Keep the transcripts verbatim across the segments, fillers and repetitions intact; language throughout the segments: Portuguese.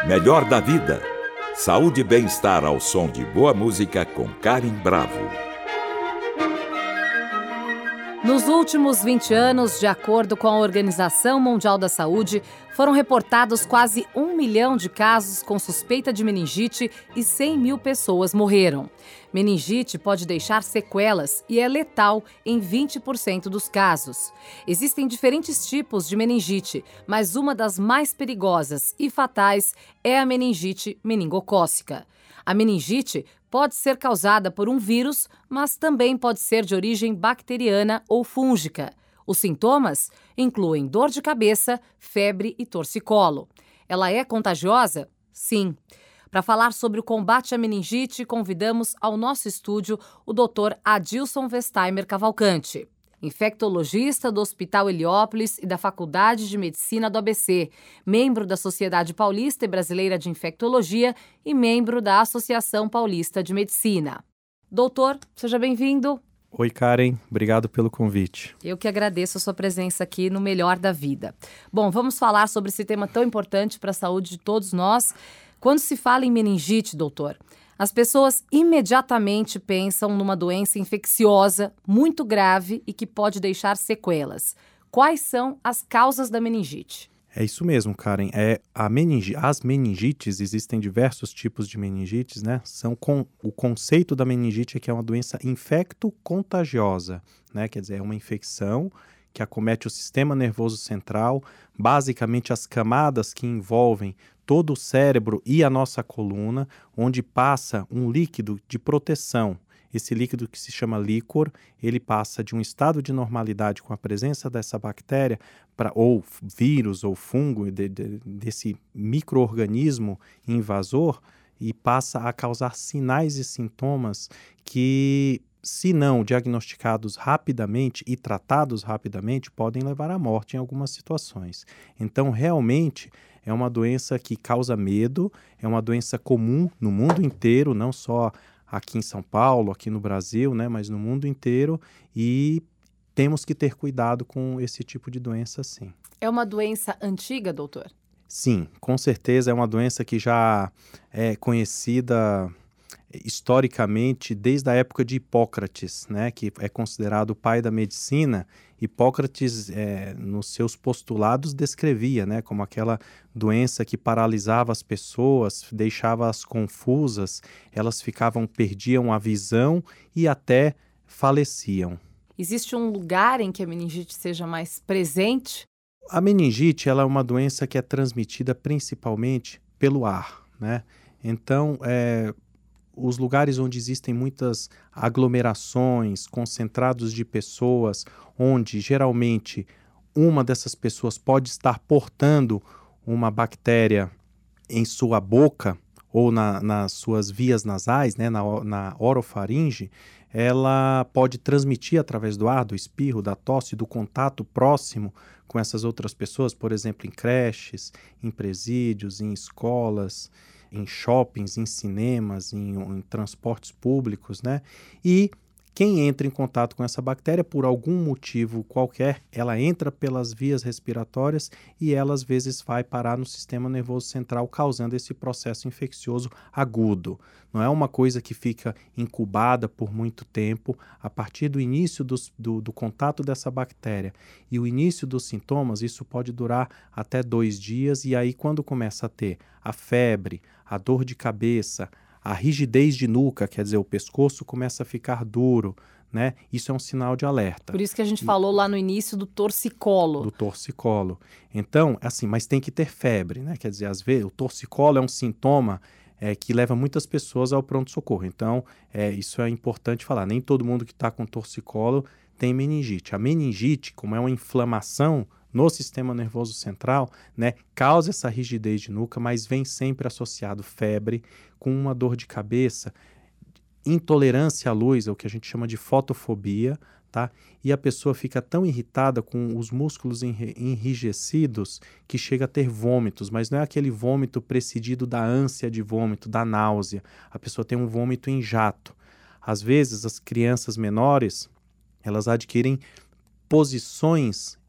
Melhor da vida. Saúde e bem-estar ao som de boa música com Karen Bravo. Nos últimos vinte anos, de acordo com a Organização Mundial da Saúde, foram reportados quase um milhão de casos com suspeita de meningite e cem mil pessoas morreram. Meningite pode deixar sequelas e é letal em vinte por cento dos casos. Existem diferentes tipos de meningite, mas uma das mais perigosas e fatais é a meningite meningocócica. A meningite pode ser causada por um vírus, mas também pode ser de origem bacteriana ou fúngica. Os sintomas incluem dor de cabeça, febre e torcicolo. Ela é contagiosa? Sim. Para falar sobre o combate à meningite, convidamos ao nosso estúdio o doutor Adilson Westheimer Cavalcante, infectologista do Hospital Heliópolis e da Faculdade de Medicina do A B C, membro da Sociedade Paulista e Brasileira de Infectologia e membro da Associação Paulista de Medicina. Doutor, seja bem-vindo. Oi, Karen. Obrigado pelo convite. Eu que agradeço a sua presença aqui no Melhor da Vida. Bom, vamos falar sobre esse tema tão importante para a saúde de todos nós. Quando se fala em meningite, doutor, as pessoas imediatamente pensam numa doença infecciosa muito grave e que pode deixar sequelas. Quais são as causas da meningite? É isso mesmo, Karen. É a meningi... As meningites, existem diversos tipos de meningites, né? São com... O conceito da meningite é que é uma doença infecto-contagiosa, né? Quer dizer, é uma infecção que acomete o sistema nervoso central, basicamente as camadas que envolvem todo o cérebro e a nossa coluna, onde passa um líquido de proteção. Esse líquido, que se chama líquor, ele passa de um estado de normalidade com a presença dessa bactéria, pra, ou vírus ou fungo, de, de, desse micro-organismo invasor, e passa a causar sinais e sintomas que, se não diagnosticados rapidamente e tratados rapidamente, podem levar à morte em algumas situações. Então, realmente, é uma doença que causa medo, é uma doença comum no mundo inteiro, não só aqui em São Paulo, aqui no Brasil, né, mas no mundo inteiro, e temos que ter cuidado com esse tipo de doença, sim. É uma doença antiga, doutor? Sim, com certeza é uma doença que já é conhecida historicamente desde a época de Hipócrates, né, que é considerado o pai da medicina. Hipócrates, é, nos seus postulados, descrevia, né, como aquela doença que paralisava as pessoas, deixava-as confusas, elas ficavam, perdiam a visão e até faleciam. Existe um lugar em que a meningite seja mais presente? A meningite, ela é uma doença que é transmitida principalmente pelo ar, né? Então, é, os lugares onde existem muitas aglomerações, concentrados de pessoas, onde geralmente uma dessas pessoas pode estar portando uma bactéria em sua boca ou na, nas suas vias nasais, né, na, na orofaringe, ela pode transmitir através do ar, do espirro, da tosse, do contato próximo com essas outras pessoas, por exemplo, em creches, em presídios, em escolas, em shoppings, em cinemas, em, em transportes públicos, né? E quem entra em contato com essa bactéria, por algum motivo qualquer, ela entra pelas vias respiratórias e ela às vezes vai parar no sistema nervoso central, causando esse processo infeccioso agudo. Não é uma coisa que fica incubada por muito tempo. A partir do início dos, do, do contato dessa bactéria e o início dos sintomas, isso pode durar até dois dias, e aí quando começa a ter a febre, a dor de cabeça, a rigidez de nuca, quer dizer, o pescoço começa a ficar duro, né? Isso é um sinal de alerta. Por isso que a gente falou lá no início do torcicolo. Do torcicolo. Então, assim, mas tem que ter febre, né? Quer dizer, às vezes, o torcicolo é um sintoma é, que leva muitas pessoas ao pronto-socorro. Então, é, isso é importante falar. Nem todo mundo que está com torcicolo tem meningite. A meningite, como é uma inflamação no sistema nervoso central, né, causa essa rigidez de nuca, mas vem sempre associado febre, com uma dor de cabeça, intolerância à luz, é o que a gente chama de fotofobia, tá? E a pessoa fica tão irritada com os músculos enrijecidos que chega a ter vômitos, mas não é aquele vômito precedido da ânsia de vômito, da náusea. A pessoa tem um vômito em jato. Às vezes, as crianças menores, elas adquirem posições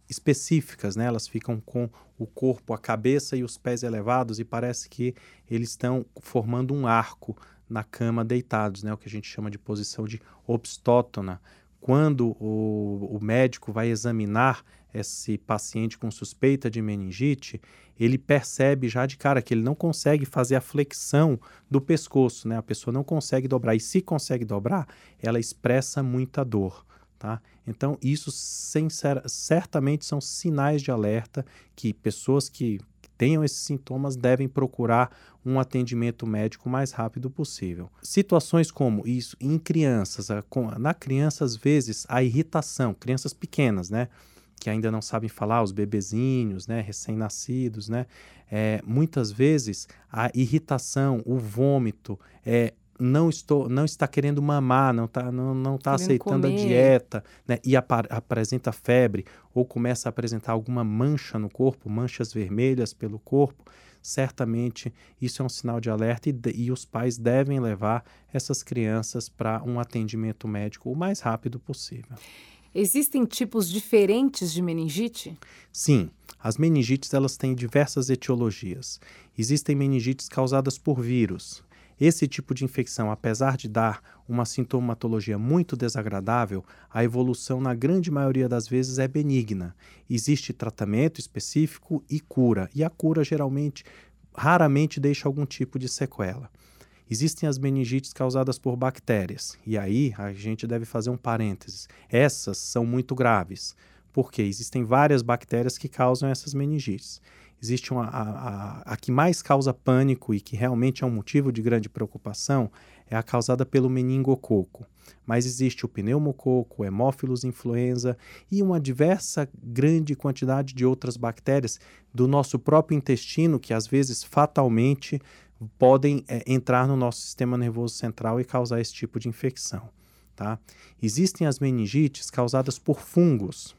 específicas, né? Elas ficam com o corpo, a cabeça e os pés elevados e parece que eles estão formando um arco na cama deitados, né? O que a gente chama de posição de obstótona. Quando o, o médico vai examinar esse paciente com suspeita de meningite, ele percebe já de cara que ele não consegue fazer a flexão do pescoço, né? A pessoa não consegue dobrar, e se consegue dobrar, ela expressa muita dor, tá? Então, isso sincera, certamente são sinais de alerta que pessoas que tenham esses sintomas devem procurar um atendimento médico o mais rápido possível. Situações como isso em crianças, na criança às vezes a irritação, crianças pequenas, né, que ainda não sabem falar, os bebezinhos, né, recém-nascidos, né, é, muitas vezes a irritação, o vômito, é, não, estou, não está querendo mamar, não está não, não tá aceitando comer. A dieta, né, e ap- apresenta febre ou começa a apresentar alguma mancha no corpo, manchas vermelhas pelo corpo, certamente isso é um sinal de alerta e, e os pais devem levar essas crianças para um atendimento médico o mais rápido possível. Existem tipos diferentes de meningite? Sim, as meningites elas têm diversas etiologias. Existem meningites causadas por vírus. Esse tipo de infecção, apesar de dar uma sintomatologia muito desagradável, a evolução na grande maioria das vezes é benigna. Existe tratamento específico e cura, e a cura geralmente, raramente deixa algum tipo de sequela. Existem as meningites causadas por bactérias, e aí a gente deve fazer um parênteses. Essas são muito graves, porque existem várias bactérias que causam essas meningites. Existe uma, a, a, a que mais causa pânico e que realmente é um motivo de grande preocupação é a causada pelo meningococo. Mas existe o pneumococo, o hemófilos influenza e uma diversa grande quantidade de outras bactérias do nosso próprio intestino que às vezes fatalmente podem é, entrar no nosso sistema nervoso central e causar esse tipo de infecção, tá? Existem as meningites causadas por fungos,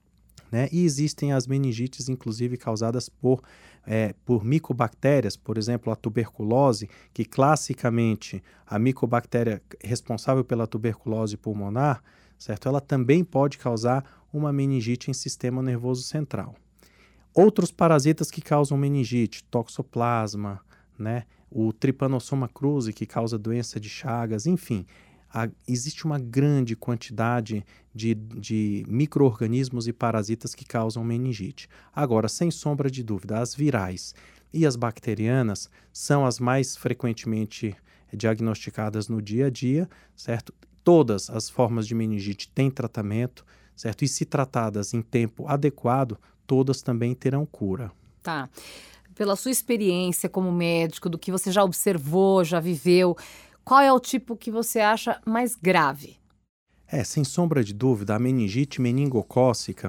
né? E existem as meningites, inclusive, causadas por, é, por micobactérias, por exemplo, a tuberculose, que classicamente a micobactéria responsável pela tuberculose pulmonar, certo? Ela também pode causar uma meningite em sistema nervoso central. Outros parasitas que causam meningite, toxoplasma, né? O Trypanosoma cruzi, que causa doença de Chagas, enfim. A, existe uma grande quantidade de, de micro-organismos e parasitas que causam meningite. Agora, sem sombra de dúvida, as virais e as bacterianas são as mais frequentemente diagnosticadas no dia a dia, certo? Todas as formas de meningite têm tratamento, certo? E se tratadas em tempo adequado, todas também terão cura. Tá. Pela sua experiência como médico, do que você já observou, já viveu, qual é o tipo que você acha mais grave? É, sem sombra de dúvida, a meningite meningocócica,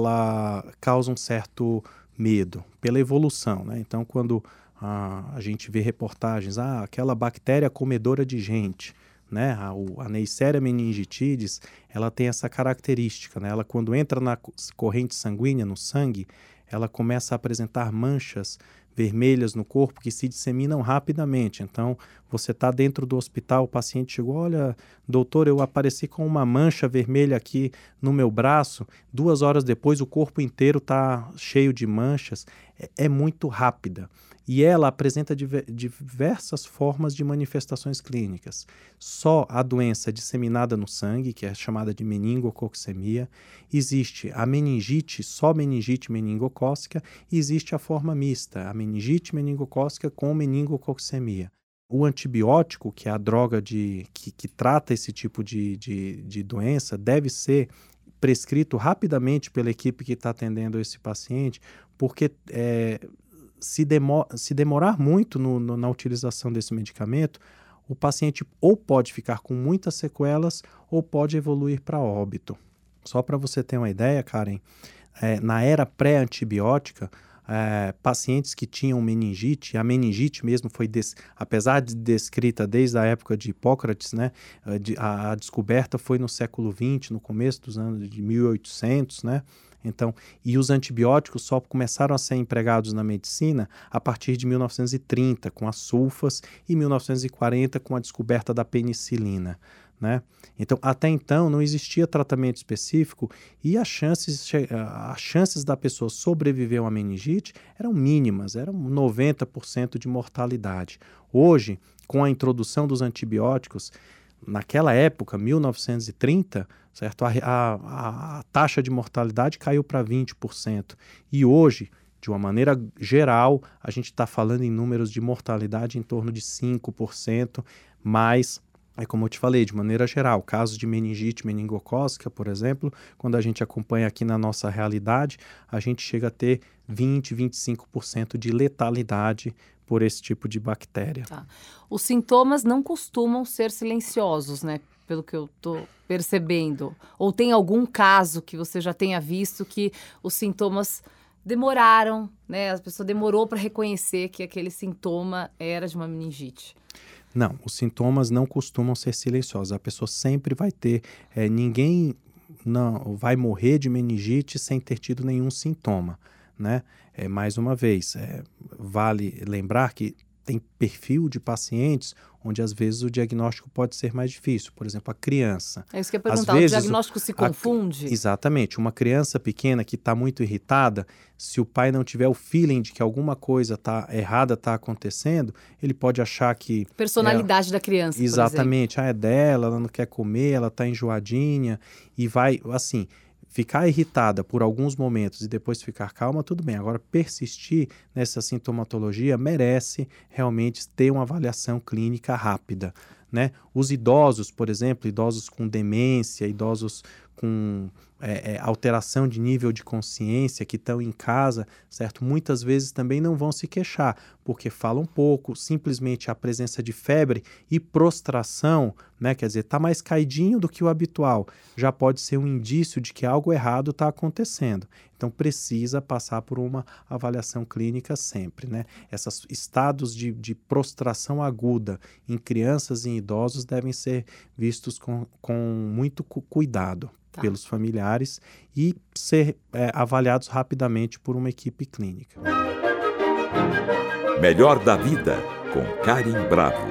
ela causa um certo medo pela evolução, né? Então, quando ah, a gente vê reportagens, ah, aquela bactéria comedora de gente, né? A, a Neisseria meningitidis, ela tem essa característica, né? Ela, quando entra na corrente sanguínea, no sangue, ela começa a apresentar manchas vermelhas no corpo que se disseminam rapidamente. Então, você está dentro do hospital, o paciente chegou, olha, doutor, eu apareci com uma mancha vermelha aqui no meu braço, duas horas depois o corpo inteiro está cheio de manchas, é, é muito rápida. E ela apresenta diver, diversas formas de manifestações clínicas. Só a doença disseminada no sangue, que é chamada de meningococcemia, existe a meningite, só meningite meningocócica, e existe a forma mista, a meningite meningocócica com meningococcemia. O antibiótico, que é a droga de, que, que trata esse tipo de, de, de doença, deve ser prescrito rapidamente pela equipe que está atendendo esse paciente, porque é, se, demor, se demorar muito no, no, na utilização desse medicamento, o paciente ou pode ficar com muitas sequelas ou pode evoluir para óbito. Só para você ter uma ideia, Karen, é, na era pré-antibiótica, É, pacientes que tinham meningite, a meningite mesmo foi, des, apesar de descrita desde a época de Hipócrates, né, a, a descoberta foi no século vinte, no começo dos anos de mil e oitocentos, né, então, e os antibióticos só começaram a ser empregados na medicina a partir de mil novecentos e trinta, com as sulfas, e mil novecentos e quarenta com a descoberta da penicilina. né? Então, até então, não existia tratamento específico e as chances, as chances da pessoa sobreviver a uma meningite eram mínimas, eram noventa por cento de mortalidade. Hoje, com a introdução dos antibióticos, naquela época, mil novecentos e trinta, certo? A, a, a taxa de mortalidade caiu para vinte por cento. E hoje, de uma maneira geral, a gente está falando em números de mortalidade em torno de cinco por cento, mas, é como eu te falei, de maneira geral, casos de meningite meningocócica, por exemplo, quando a gente acompanha aqui na nossa realidade, a gente chega a ter vinte, vinte e cinco por cento de letalidade por esse tipo de bactéria. Tá. Os sintomas não costumam ser silenciosos, né? Pelo que eu estou percebendo. Ou tem algum caso que você já tenha visto que os sintomas demoraram, né? A pessoa demorou para reconhecer que aquele sintoma era de uma meningite. Não, os sintomas não costumam ser silenciosos. A pessoa sempre vai ter, é, ninguém não vai morrer de meningite sem ter tido nenhum sintoma, né? É, mais uma vez, é, vale lembrar que tem perfil de pacientes onde às vezes o diagnóstico pode ser mais difícil. Por exemplo, a criança. É isso que eu ia perguntar, às vezes, o diagnóstico se confunde? A, exatamente. Uma criança pequena que está muito irritada, se o pai não tiver o feeling de que alguma coisa tá errada está acontecendo, ele pode achar que... Personalidade é, da criança, exatamente. por exemplo. Ah, é dela, ela não quer comer, ela está enjoadinha e vai, assim... Ficar irritada por alguns momentos e depois ficar calma, tudo bem. Agora, persistir nessa sintomatologia merece realmente ter uma avaliação clínica rápida, né? Os idosos, por exemplo, idosos com demência, idosos com é, é, alteração de nível de consciência, que estão em casa, certo? Muitas vezes também não vão se queixar, porque falam pouco, simplesmente a presença de febre e prostração, né? Quer dizer, está mais caidinho do que o habitual, já pode ser um indício de que algo errado está acontecendo. Então, precisa passar por uma avaliação clínica sempre, né? Esses estados de, de prostração aguda em crianças e idosos devem ser vistos com, com muito cu- cuidado. Tá. Pelos familiares e ser é, avaliados rapidamente por uma equipe clínica. Melhor da Vida, com Karen Bravo.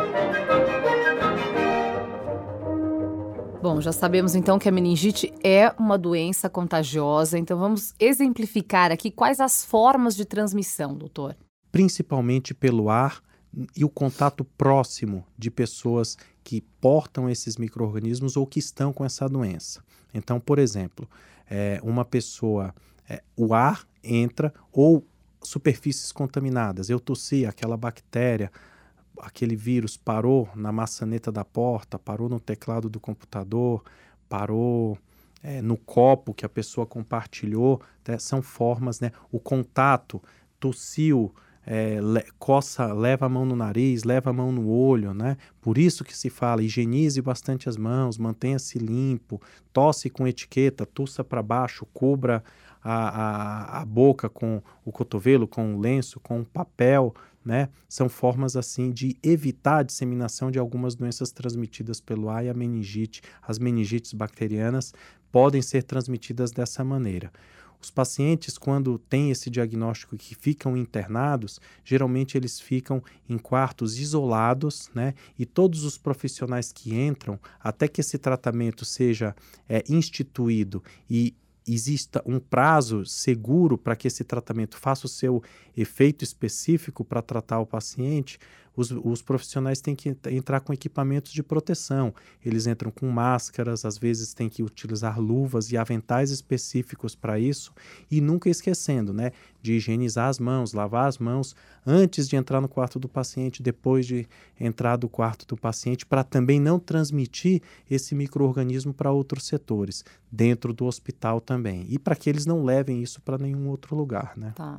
Bom, já sabemos então que a meningite é uma doença contagiosa, então vamos exemplificar aqui quais as formas de transmissão, doutor. Principalmente pelo ar e o contato próximo de pessoas que portam esses micro-organismos ou que estão com essa doença. Então, por exemplo, é, uma pessoa, é, o ar entra ou superfícies contaminadas. Eu tossi, aquela bactéria, aquele vírus parou na maçaneta da porta, parou no teclado do computador, parou é, no copo que a pessoa compartilhou, né? São formas, né? O contato, tossiu, É, le, coça, leva a mão no nariz, leva a mão no olho, né? Por isso que se fala, higienize bastante as mãos, mantenha-se limpo, tosse com etiqueta, tussa para baixo, cubra a, a, a boca com o cotovelo, com o lenço, com o papel, né? São formas assim de evitar a disseminação de algumas doenças transmitidas pelo ar e a meningite. As meningites bacterianas podem ser transmitidas dessa maneira. Os pacientes, quando têm esse diagnóstico que ficam internados, geralmente eles ficam em quartos isolados, né? E todos os profissionais que entram, até que esse tratamento seja é, instituído e exista um prazo seguro para que esse tratamento faça o seu efeito específico para tratar o paciente, os, os profissionais têm que entrar com equipamentos de proteção. Eles entram com máscaras, às vezes têm que utilizar luvas e aventais específicos para isso, e nunca esquecendo, né, de higienizar as mãos, lavar as mãos antes de entrar no quarto do paciente, depois de entrar do quarto do paciente, para também não transmitir esse micro-organismo para outros setores, dentro do hospital também, e para que eles não levem isso para nenhum outro lugar, né? Tá.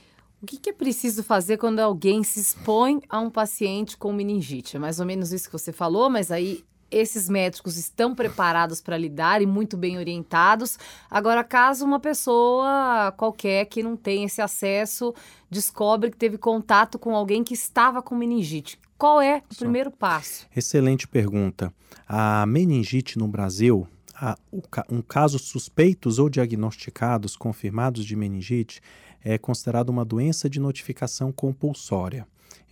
O que, que é preciso fazer quando alguém se expõe a um paciente com meningite? É mais ou menos isso que você falou, mas aí esses médicos estão preparados para lidar e muito bem orientados. Agora, caso uma pessoa qualquer que não tem esse acesso descobre que teve contato com alguém que estava com meningite, qual é o primeiro passo? Excelente pergunta. A meningite no Brasil, a, o, um caso suspeitos ou diagnosticados, confirmados de meningite, é considerado uma doença de notificação compulsória.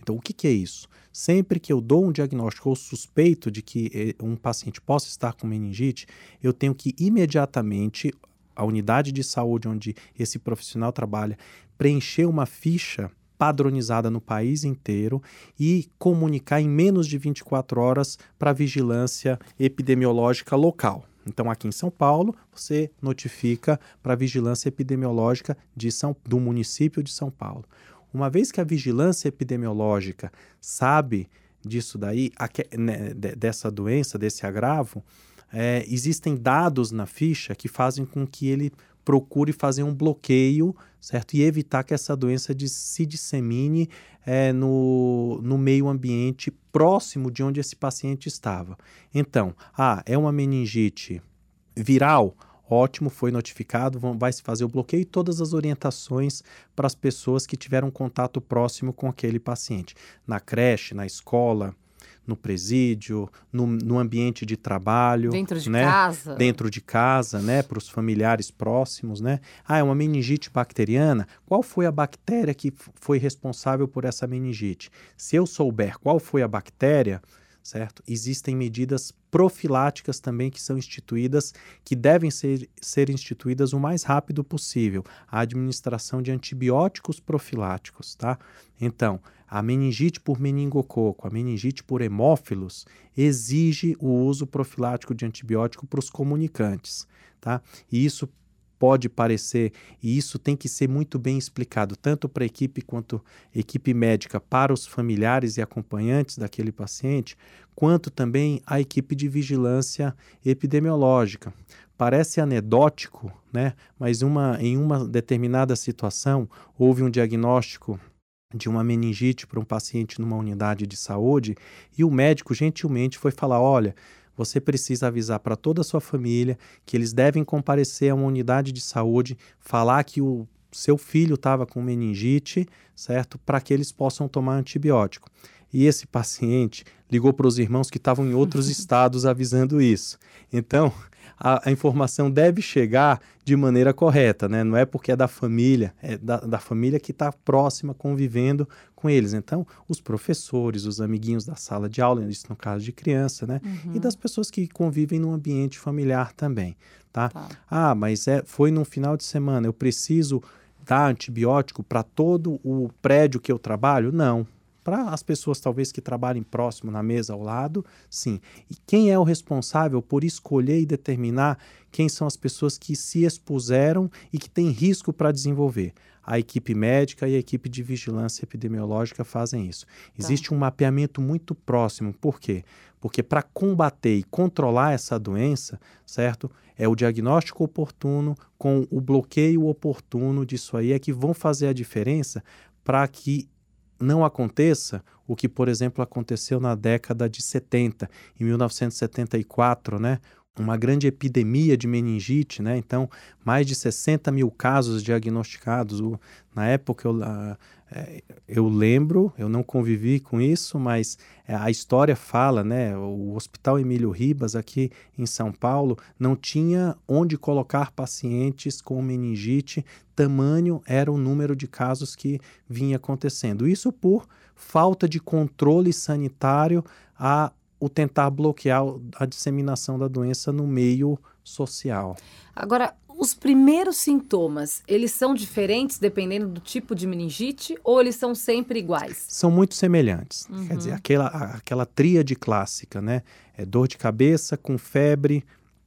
Então, o que, que é isso? Sempre que eu dou um diagnóstico ou suspeito de que um paciente possa estar com meningite, eu tenho que imediatamente, a unidade de saúde onde esse profissional trabalha, preencher uma ficha padronizada no país inteiro e comunicar em menos de vinte e quatro horas para a vigilância epidemiológica local. Então, aqui em São Paulo, você notifica para a vigilância epidemiológica de São, do município de São Paulo. Uma vez que a vigilância epidemiológica sabe disso daí, né, dessa doença, desse agravo, é, existem dados na ficha que fazem com que ele procure fazer um bloqueio, certo? E evitar que essa doença de, se dissemine é, no, no meio ambiente próximo de onde esse paciente estava. Então, ah, é uma meningite viral? Ótimo, foi notificado, vão, vai se fazer o bloqueio e todas as orientações para as pessoas que tiveram contato próximo com aquele paciente. Na creche, na escola, no presídio, no, no ambiente de trabalho. Dentro de né? casa. Dentro de casa, né? Para os familiares próximos, né? Ah, é uma meningite bacteriana? Qual foi a bactéria que f- foi responsável por essa meningite? Se eu souber qual foi a bactéria, certo? Existem medidas profiláticas também que são instituídas, que devem ser, ser instituídas o mais rápido possível. A administração de antibióticos profiláticos, tá? Então, a meningite por meningococo, a meningite por hemófilos, exige o uso profilático de antibiótico para os comunicantes, tá? E isso pode parecer, e isso tem que ser muito bem explicado, tanto para a equipe quanto equipe médica, para os familiares e acompanhantes daquele paciente, quanto também a equipe de vigilância epidemiológica. Parece anedótico, né? Mas uma, em uma determinada situação houve um diagnóstico de uma meningite para um paciente numa unidade de saúde e o médico gentilmente foi falar, olha, você precisa avisar para toda a sua família que eles devem comparecer a uma unidade de saúde, falar que o seu filho estava com meningite, certo? Para que eles possam tomar antibiótico. E esse paciente ligou para os irmãos que estavam em outros estados avisando isso. Então, a, a informação deve chegar de maneira correta, né? Não é porque é da família, é da, da família que está próxima, convivendo com eles. Então, os professores, os amiguinhos da sala de aula, isso no caso de criança, né? Uhum. E das pessoas que convivem no ambiente familiar também, tá? Tá. Ah, mas é, foi num final de semana, eu preciso dar antibiótico para todo o prédio que eu trabalho? Não. Para as pessoas talvez que trabalhem próximo na mesa ao lado, sim. E quem é o responsável por escolher e determinar quem são as pessoas que se expuseram e que têm risco para desenvolver? A equipe médica e a equipe de vigilância epidemiológica fazem isso. Existe um mapeamento muito próximo. Por quê? Porque para combater e controlar essa doença, certo? É o diagnóstico oportuno com o bloqueio oportuno disso aí é que vão fazer a diferença para que não aconteça o que, por exemplo, aconteceu na década de setenta, em mil novecentos e setenta e quatro, né? Uma grande epidemia de meningite, né? Então, mais de sessenta mil casos diagnosticados. O, na época, eu, a, é, eu lembro, eu não convivi com isso, mas é, a história fala, né? O Hospital Emílio Ribas, aqui em São Paulo, não tinha onde colocar pacientes com meningite, tamanho era o número de casos que vinha acontecendo. Isso por falta de controle sanitário a o tentar bloquear a disseminação da doença no meio social. Agora, os primeiros sintomas, eles são diferentes dependendo do tipo de meningite ou eles são sempre iguais? São muito semelhantes. Uhum. Quer dizer, aquela, aquela tríade clássica, né? É dor de cabeça com febre,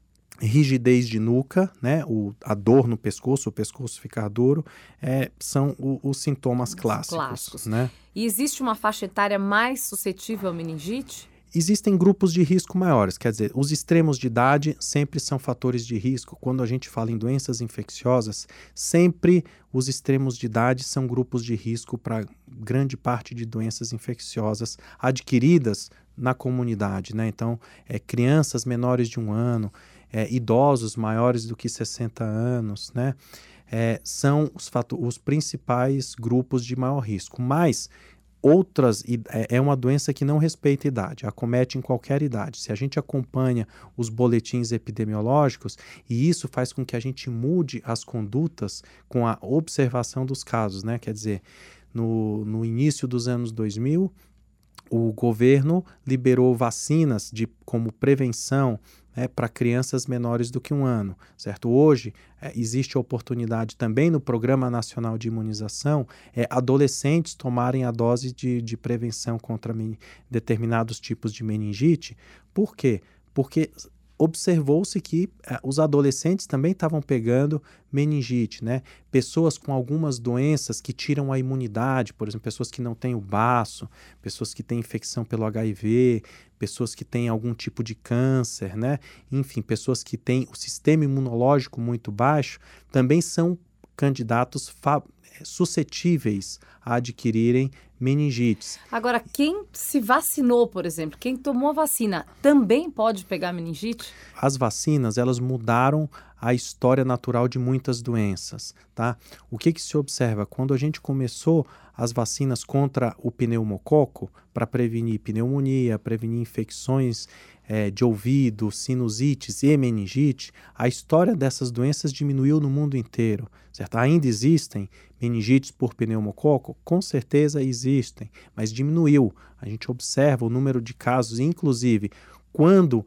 rigidez de nuca, né? O, a dor no pescoço, o pescoço ficar duro, é, são o, os sintomas Os clássicos, clássicos. né? E existe uma faixa etária mais suscetível à meningite? Existem grupos de risco maiores, quer dizer, os extremos de idade sempre são fatores de risco. Quando a gente fala em doenças infecciosas, sempre os extremos de idade são grupos de risco para grande parte de doenças infecciosas adquiridas na comunidade, né? Então, é, crianças menores de um ano, é, idosos maiores do que sessenta anos, né? É, são os, fato- os principais grupos de maior risco. Mas outras, é uma doença que não respeita idade, acomete em qualquer idade. Se a gente acompanha os boletins epidemiológicos, e isso faz com que a gente mude as condutas com a observação dos casos, né? Quer dizer, no, no início dos anos dois mil, o governo liberou vacinas de, como prevenção, né, para crianças menores do que um ano, certo? Hoje, é, existe a oportunidade também no Programa Nacional de Imunização, é, adolescentes tomarem a dose de, de prevenção contra men- determinados tipos de meningite. Por quê? Porque observou-se que eh, os adolescentes também estavam pegando meningite, né? Pessoas com algumas doenças que tiram a imunidade, por exemplo, pessoas que não têm o baço, pessoas que têm infecção pelo H I V, pessoas que têm algum tipo de câncer, né? Enfim, pessoas que têm o sistema imunológico muito baixo, também são candidatos fa- suscetíveis a adquirirem meningites. Agora, quem se vacinou, por exemplo, quem tomou a vacina, também pode pegar meningite? As vacinas, elas mudaram a história natural de muitas doenças, tá? O que que se observa? Quando a gente começou as vacinas contra o pneumococo, para prevenir pneumonia, prevenir infecções é, de ouvido, sinusites e meningite, a história dessas doenças diminuiu no mundo inteiro, certo? Ainda existem meningites por pneumococo? Com certeza existem, mas diminuiu. A gente observa o número de casos, inclusive, quando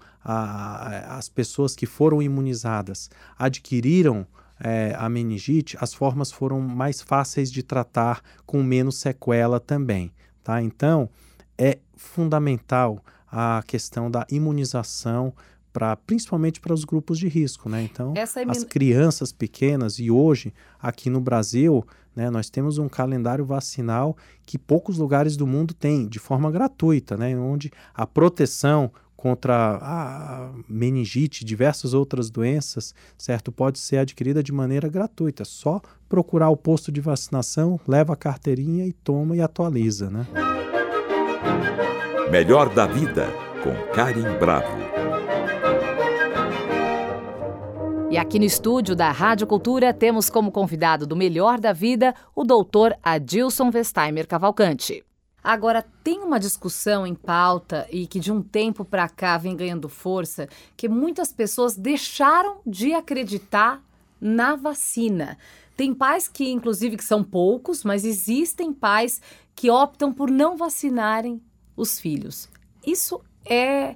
a, as pessoas que foram imunizadas adquiriram é, a meningite, as formas foram mais fáceis de tratar, com menos sequela também, tá? Então, é fundamental a questão da imunização, pra, principalmente para os grupos de risco, né? Então, Essa imun... as crianças pequenas, e hoje, aqui no Brasil, né, nós temos um calendário vacinal que poucos lugares do mundo têm, de forma gratuita, né? Onde a proteção contra a meningite e diversas outras doenças, certo, pode ser adquirida de maneira gratuita. Só procurar o posto de vacinação, leva a carteirinha e toma e atualiza, né? Melhor da Vida, com Karen Bravo. E aqui no estúdio da Rádio Cultura temos como convidado do Melhor da Vida o doutor Adilson Westheimer Cavalcante. Agora, tem uma discussão em pauta e que de um tempo para cá vem ganhando força, que muitas pessoas deixaram de acreditar na vacina. Tem pais que, inclusive, que são poucos, mas existem pais que optam por não vacinarem os filhos. Isso é,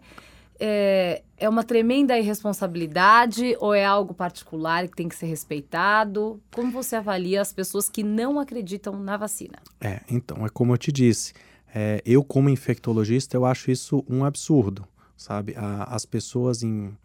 é, é uma tremenda irresponsabilidade ou é algo particular que tem que ser respeitado? Como você avalia as pessoas que não acreditam na vacina? É, então, é como eu te disse, é, eu como infectologista, eu acho isso um absurdo, sabe? A, as pessoas em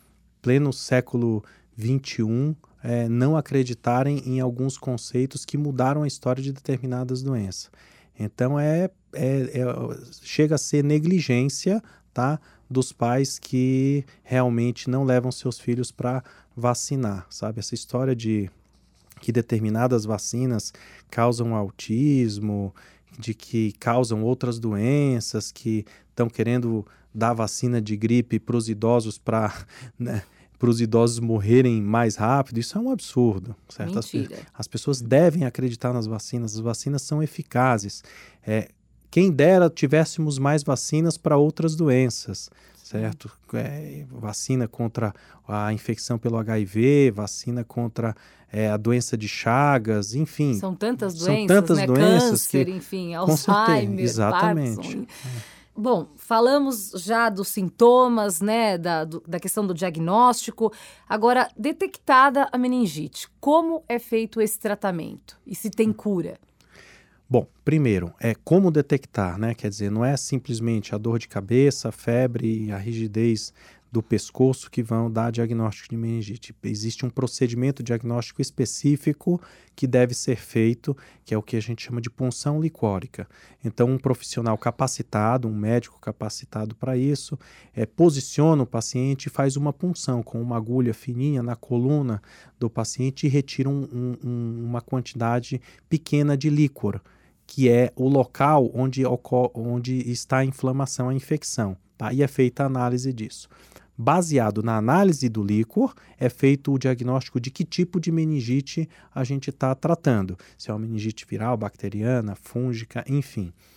pleno século vinte e um é, não acreditarem em alguns conceitos que mudaram a história de determinadas doenças. Então, é, é, é, chega a ser negligência, tá, dos pais que realmente não levam seus filhos para vacinar, sabe? Essa história de que determinadas vacinas causam autismo, de que causam outras doenças, que estão querendo dar vacina de gripe para os idosos para... né, para os idosos morrerem mais rápido, isso é um absurdo, certo? As, as pessoas devem acreditar nas vacinas, as vacinas são eficazes. É, quem dera tivéssemos mais vacinas para outras doenças, certo? É, vacina contra a infecção pelo H I V, vacina contra é, a doença de Chagas, enfim. São tantas são doenças, tantas né? Doenças Câncer, que, enfim, Alzheimer, exatamente. Parkinson. É. Bom, falamos já dos sintomas, né, da, do, da questão do diagnóstico. Agora, detectada a meningite, como é feito esse tratamento? E se tem cura? Bom, primeiro, é como detectar, né? Quer dizer, não é simplesmente a dor de cabeça, a febre e a rigidez do pescoço que vão dar diagnóstico de meningite. Existe um procedimento diagnóstico específico que deve ser feito, que é o que a gente chama de punção licórica. Então, um profissional capacitado, um médico capacitado para isso, é, posiciona o paciente e faz uma punção com uma agulha fininha na coluna do paciente e retira um, um, uma quantidade pequena de líquor, que é o local onde, ocorre, onde está a inflamação, a infecção, tá? E é feita a análise disso. Baseado na análise do líquor, é feito o diagnóstico de que tipo de meningite a gente está tratando. Se é uma meningite viral, bacteriana, fúngica, enfim.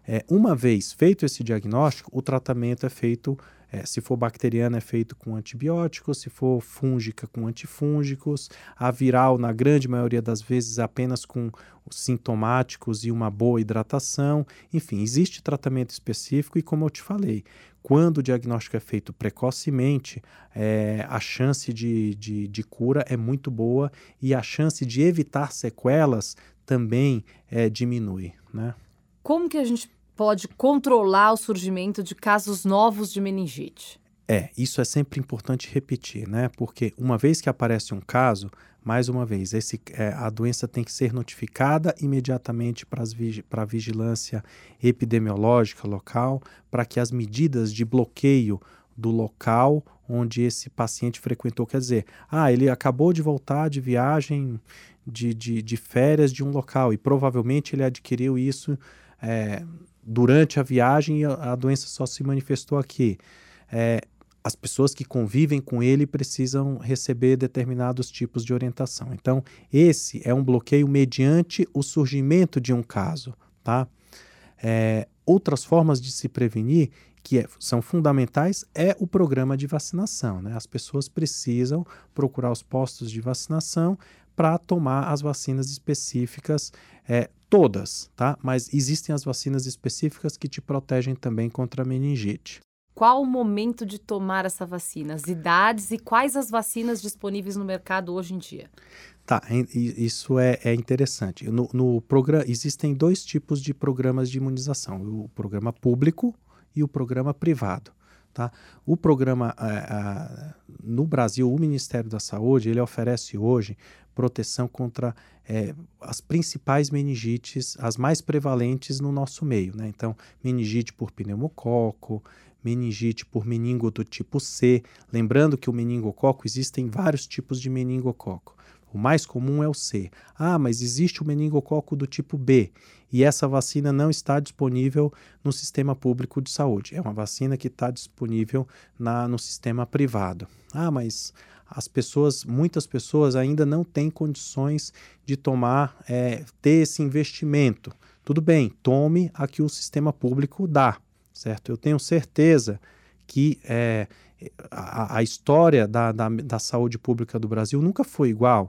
É, uma vez feito esse diagnóstico, o tratamento é feito, é, se for bacteriana, é feito com antibióticos, se for fúngica, com antifúngicos, a viral, na grande maioria das vezes, apenas com sintomáticos e uma boa hidratação. Enfim, existe tratamento específico e, como eu te falei, quando o diagnóstico é feito precocemente, é, a chance de, de, de cura é muito boa e a chance de evitar sequelas também é, diminui, né? Como que a gente pode controlar o surgimento de casos novos de meningite? É, isso é sempre importante repetir, né? Porque uma vez que aparece um caso, mais uma vez, esse, é, a doença tem que ser notificada imediatamente para a vigilância epidemiológica local, para que as medidas de bloqueio do local onde esse paciente frequentou, quer dizer, ah, ele acabou de voltar de viagem de, de, de férias de um local e provavelmente ele adquiriu isso é, durante a viagem e a, a doença só se manifestou aqui. É, as pessoas que convivem com ele precisam receber determinados tipos de orientação. Então, esse é um bloqueio mediante o surgimento de um caso, tá? É, outras formas de se prevenir que é, são fundamentais é o programa de vacinação, né? As pessoas precisam procurar os postos de vacinação para tomar as vacinas específicas, é, todas, tá? Mas existem as vacinas específicas que te protegem também contra a meningite. Qual o momento de tomar essa vacina? As idades e quais as vacinas disponíveis no mercado hoje em dia? Tá, isso é, é interessante. No, no programa, existem dois tipos de programas de imunização, o programa público e o programa privado. Tá? O programa, a, a, no Brasil, o Ministério da Saúde, ele oferece hoje proteção contra é, as principais meningites, as mais prevalentes no nosso meio, né? Então, meningite por pneumococo, meningite por meningo do tipo C. Lembrando que o meningococo, existem vários tipos de meningococo. O mais comum é o C. Ah, mas existe o meningococo do tipo B e essa vacina não está disponível no sistema público de saúde. É uma vacina que está disponível na, no sistema privado. Ah, mas as pessoas, muitas pessoas ainda não têm condições de tomar, é, ter esse investimento. Tudo bem, tome a que o sistema público dá. Certo? Eu tenho certeza que é, a, a história da, da, da saúde pública do Brasil nunca foi igual.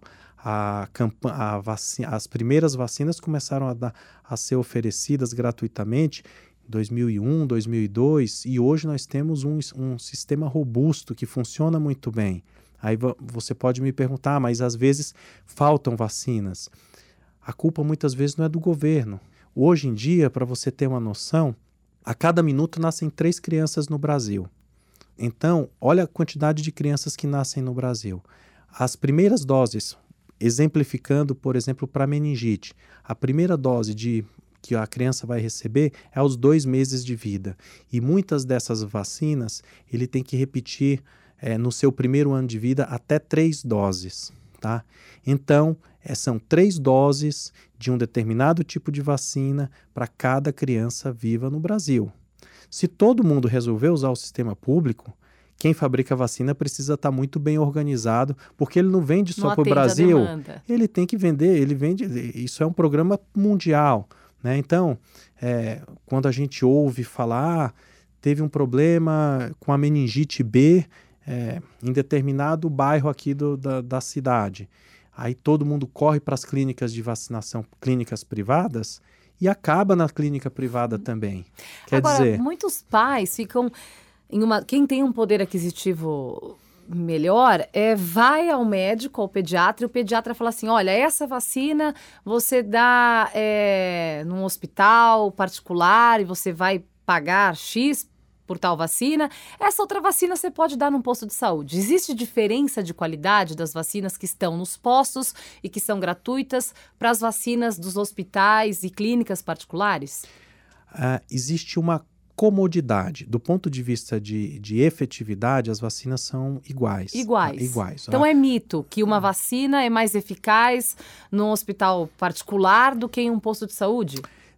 A campanha, a vacina, as primeiras vacinas começaram a, da, a ser oferecidas gratuitamente em dois mil e um, dois mil e dois, e hoje nós temos um, um sistema robusto que funciona muito bem. Aí você pode me perguntar, mas às vezes faltam vacinas. A culpa muitas vezes não é do governo. Hoje em dia, para você ter uma noção, a cada minuto nascem três crianças no Brasil. Então, olha a quantidade de crianças que nascem no Brasil. As primeiras doses, exemplificando, por exemplo, para meningite, a primeira dose de, que a criança vai receber é aos dois meses de vida. E muitas dessas vacinas, ele tem que repetir é, no seu primeiro ano de vida até três doses. Tá? Então, é, são três doses de um determinado tipo de vacina para cada criança viva no Brasil. Se todo mundo resolver usar o sistema público, quem fabrica a vacina precisa estar muito bem organizado, porque ele não vende só para o Brasil. Ele tem que vender, ele vende. Isso é um programa mundial, né? Então, é, quando a gente ouve falar, ah, teve um problema com a meningite B, É, em determinado bairro aqui do, da, da cidade. Aí todo mundo corre para as clínicas de vacinação, clínicas privadas, e acaba na clínica privada também. Quer Agora, dizer... muitos pais ficam em uma... Quem tem um poder aquisitivo melhor, é, vai ao médico, ao pediatra, e o pediatra fala assim, olha, essa vacina você dá é, num hospital particular e você vai pagar X por tal vacina, essa outra vacina você pode dar num posto de saúde. Existe diferença de qualidade das vacinas que estão nos postos e que são gratuitas para as vacinas dos hospitais e clínicas particulares? Uh, existe uma comodidade. Do ponto de vista de, de efetividade, as vacinas são iguais. Iguais. Ah, iguais. Então ah. é mito que uma vacina é mais eficaz num hospital particular do que em um posto de saúde?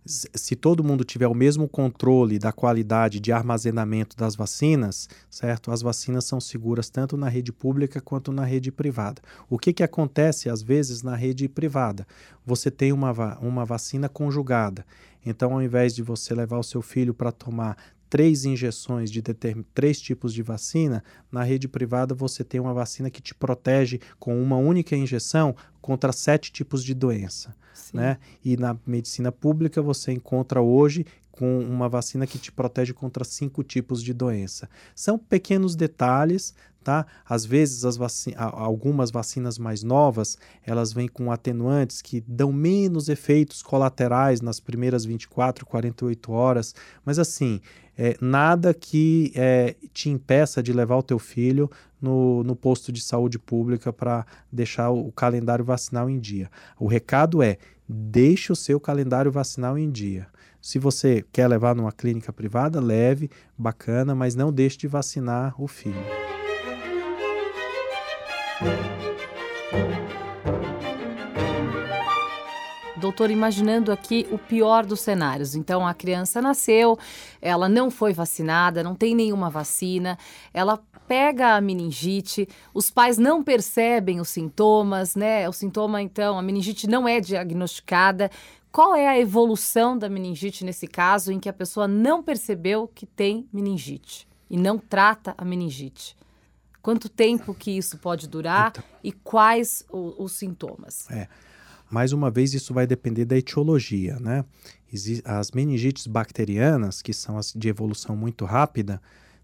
se todo mundo tiver o mesmo controle da qualidade de armazenamento das vacinas, certo? As vacinas são seguras tanto na rede pública quanto na rede privada. O que que acontece, às vezes, na rede privada? Você tem uma, uma vacina conjugada. Então, ao invés de você levar o seu filho para tomar três injeções de determin... três tipos de vacina, na rede privada você tem uma vacina que te protege com uma única injeção contra sete tipos de doença. Né? E na medicina pública você encontra hoje com uma vacina que te protege contra cinco tipos de doença. São pequenos detalhes, tá? Às vezes as vaci- algumas vacinas mais novas, elas vêm com atenuantes que dão menos efeitos colaterais nas primeiras vinte e quatro, quarenta e oito horas, mas assim, é, nada que é, te impeça de levar o teu filho no, no posto de saúde pública para deixar o, o calendário vacinal em dia. O recado é, deixe o seu calendário vacinal em dia. Se você quer levar numa clínica privada, leve, bacana, mas não deixe de vacinar o filho. Doutor, imaginando aqui o pior dos cenários. Então, a criança nasceu, ela não foi vacinada, não tem nenhuma vacina, ela pega a meningite, os pais não percebem os sintomas, né? O sintoma, então, a meningite não é diagnosticada. Qual é a evolução da meningite nesse caso em que a pessoa não percebeu que tem meningite e não trata a meningite? Quanto tempo que isso pode durar então, e quais o, os sintomas? É, mais uma vez, isso vai depender da etiologia, né? As meningites bacterianas, que são as de evolução muito rápida,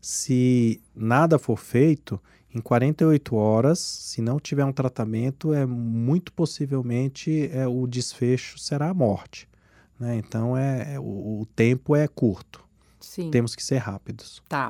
se nada for feito, em quarenta e oito horas, se não tiver um tratamento, é muito possivelmente é, o desfecho será a morte. Né? Então, é, é, o, o tempo é curto. Sim. Temos que ser rápidos. Tá.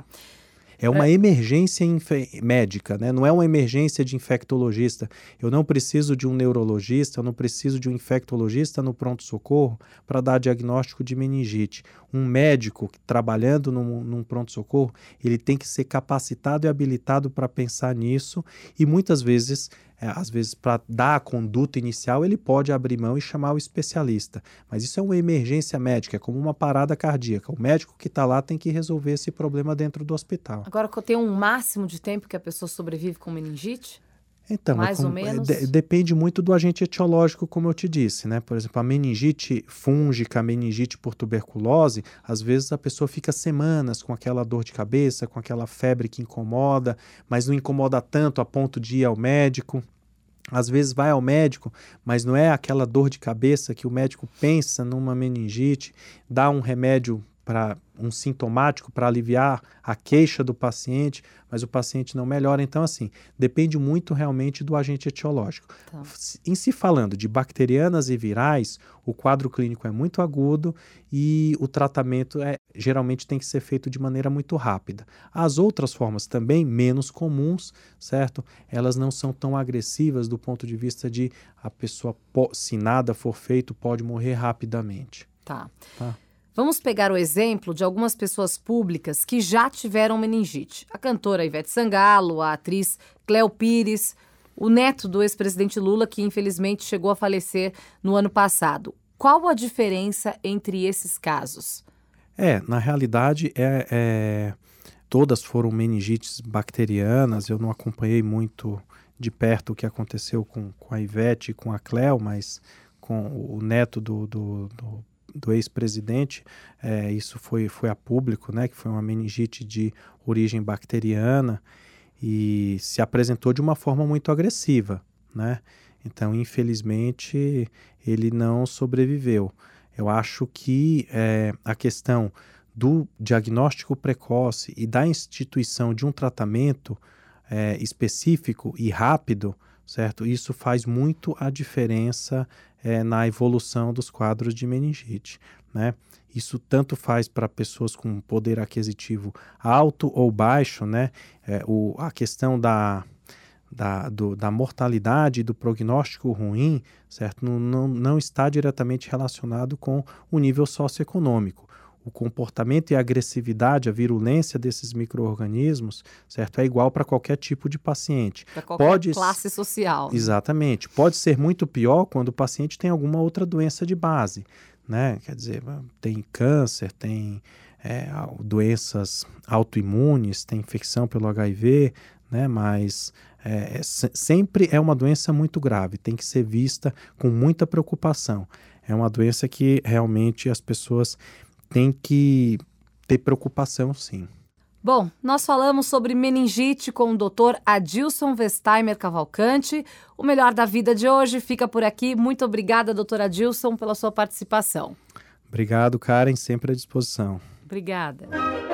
É uma emergência infe- médica, né? Não é uma emergência de infectologista. Eu não preciso de um neurologista, eu não preciso de um infectologista no pronto-socorro para dar diagnóstico de meningite. Um médico trabalhando num, num pronto-socorro, ele tem que ser capacitado e habilitado para pensar nisso e muitas vezes, é, às vezes para dar a conduta inicial, ele pode abrir mão e chamar o especialista. Mas isso é uma emergência médica, é como uma parada cardíaca. O médico que está lá tem que resolver esse problema dentro do hospital. Agora, tem um máximo de tempo que a pessoa sobrevive com meningite? Então, mais é como, ou menos? De, depende muito do agente etiológico, como eu te disse, né? Por exemplo, a meningite fúngica, a meningite por tuberculose, às vezes a pessoa fica semanas com aquela dor de cabeça, com aquela febre que incomoda, mas não incomoda tanto a ponto de ir ao médico. Às vezes vai ao médico, mas não é aquela dor de cabeça que o médico pensa numa meningite, dá um remédio para um sintomático para aliviar a queixa do paciente, mas o paciente não melhora. Então, assim, depende muito realmente do agente etiológico. Tá. Em se falando de bacterianas e virais, o quadro clínico é muito agudo e o tratamento é, geralmente tem que ser feito de maneira muito rápida. As outras formas também, menos comuns, certo? Elas não são tão agressivas do ponto de vista de a pessoa, se nada for feito, pode morrer rapidamente. Tá. Tá? Vamos pegar o exemplo de algumas pessoas públicas que já tiveram meningite. A cantora Ivete Sangalo, a atriz Cléo Pires, o neto do ex-presidente Lula, que infelizmente chegou a falecer no ano passado. Qual a diferença entre esses casos? É, na realidade, é, é, todas foram meningites bacterianas. Eu não acompanhei muito de perto o que aconteceu com, com a Ivete e com a Cléo, mas com o neto do... do, do do ex-presidente, é, isso foi, foi a público, né, que foi uma meningite de origem bacteriana e se apresentou de uma forma muito agressiva, né? Então, infelizmente, ele não sobreviveu. Eu acho que é, a questão do diagnóstico precoce e da instituição de um tratamento é, específico e rápido, certo? Isso faz muito a diferença é, na evolução dos quadros de meningite, né? Isso tanto faz para pessoas com poder aquisitivo alto ou baixo, né? É, o, a questão da, da, do, da mortalidade e do prognóstico ruim, certo? Não, não, não está diretamente relacionado com o nível socioeconômico. O comportamento e a agressividade, a virulência desses micro-organismos, certo? É igual para qualquer tipo de paciente. Para qualquer Pode... classe social. Exatamente. Pode ser muito pior quando o paciente tem alguma outra doença de base. né? Quer dizer, tem câncer, tem é, doenças autoimunes, tem infecção pelo H I V, né? Mas é, é, sempre é uma doença muito grave, tem que ser vista com muita preocupação. É uma doença que realmente as pessoas têm que ter preocupação, sim. Bom, nós falamos sobre meningite com o doutor Adilson Westheimer Cavalcante. O Melhor da Vida de hoje fica por aqui. Muito obrigada, doutor Adilson, pela sua participação. Obrigado, Karen, sempre à disposição. Obrigada.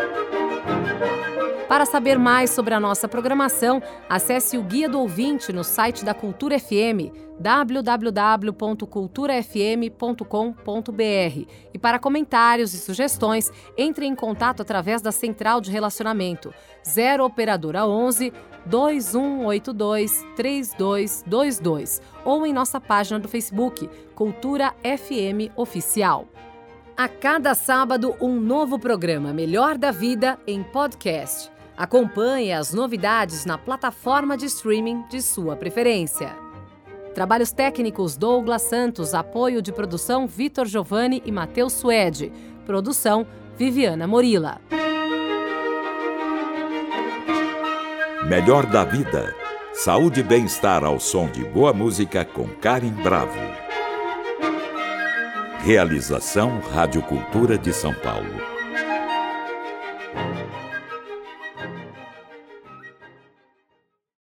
Para saber mais sobre a nossa programação, acesse o Guia do Ouvinte no site da Cultura F M, w w w ponto cultura f m ponto com ponto b r. E para comentários e sugestões, entre em contato através da Central de Relacionamento zero Operadora onze, dois um oito dois, três dois dois dois ou em nossa página do Facebook, Cultura F M Oficial. A cada sábado, um novo programa Melhor da Vida em podcast. Acompanhe as novidades na plataforma de streaming de sua preferência. Trabalhos técnicos Douglas Santos, apoio de produção Vitor Giovanni e Matheus Suede. Produção Viviana Morila. Melhor da Vida. Saúde e bem-estar ao som de boa música com Karen Bravo. Realização Rádio Cultura de São Paulo.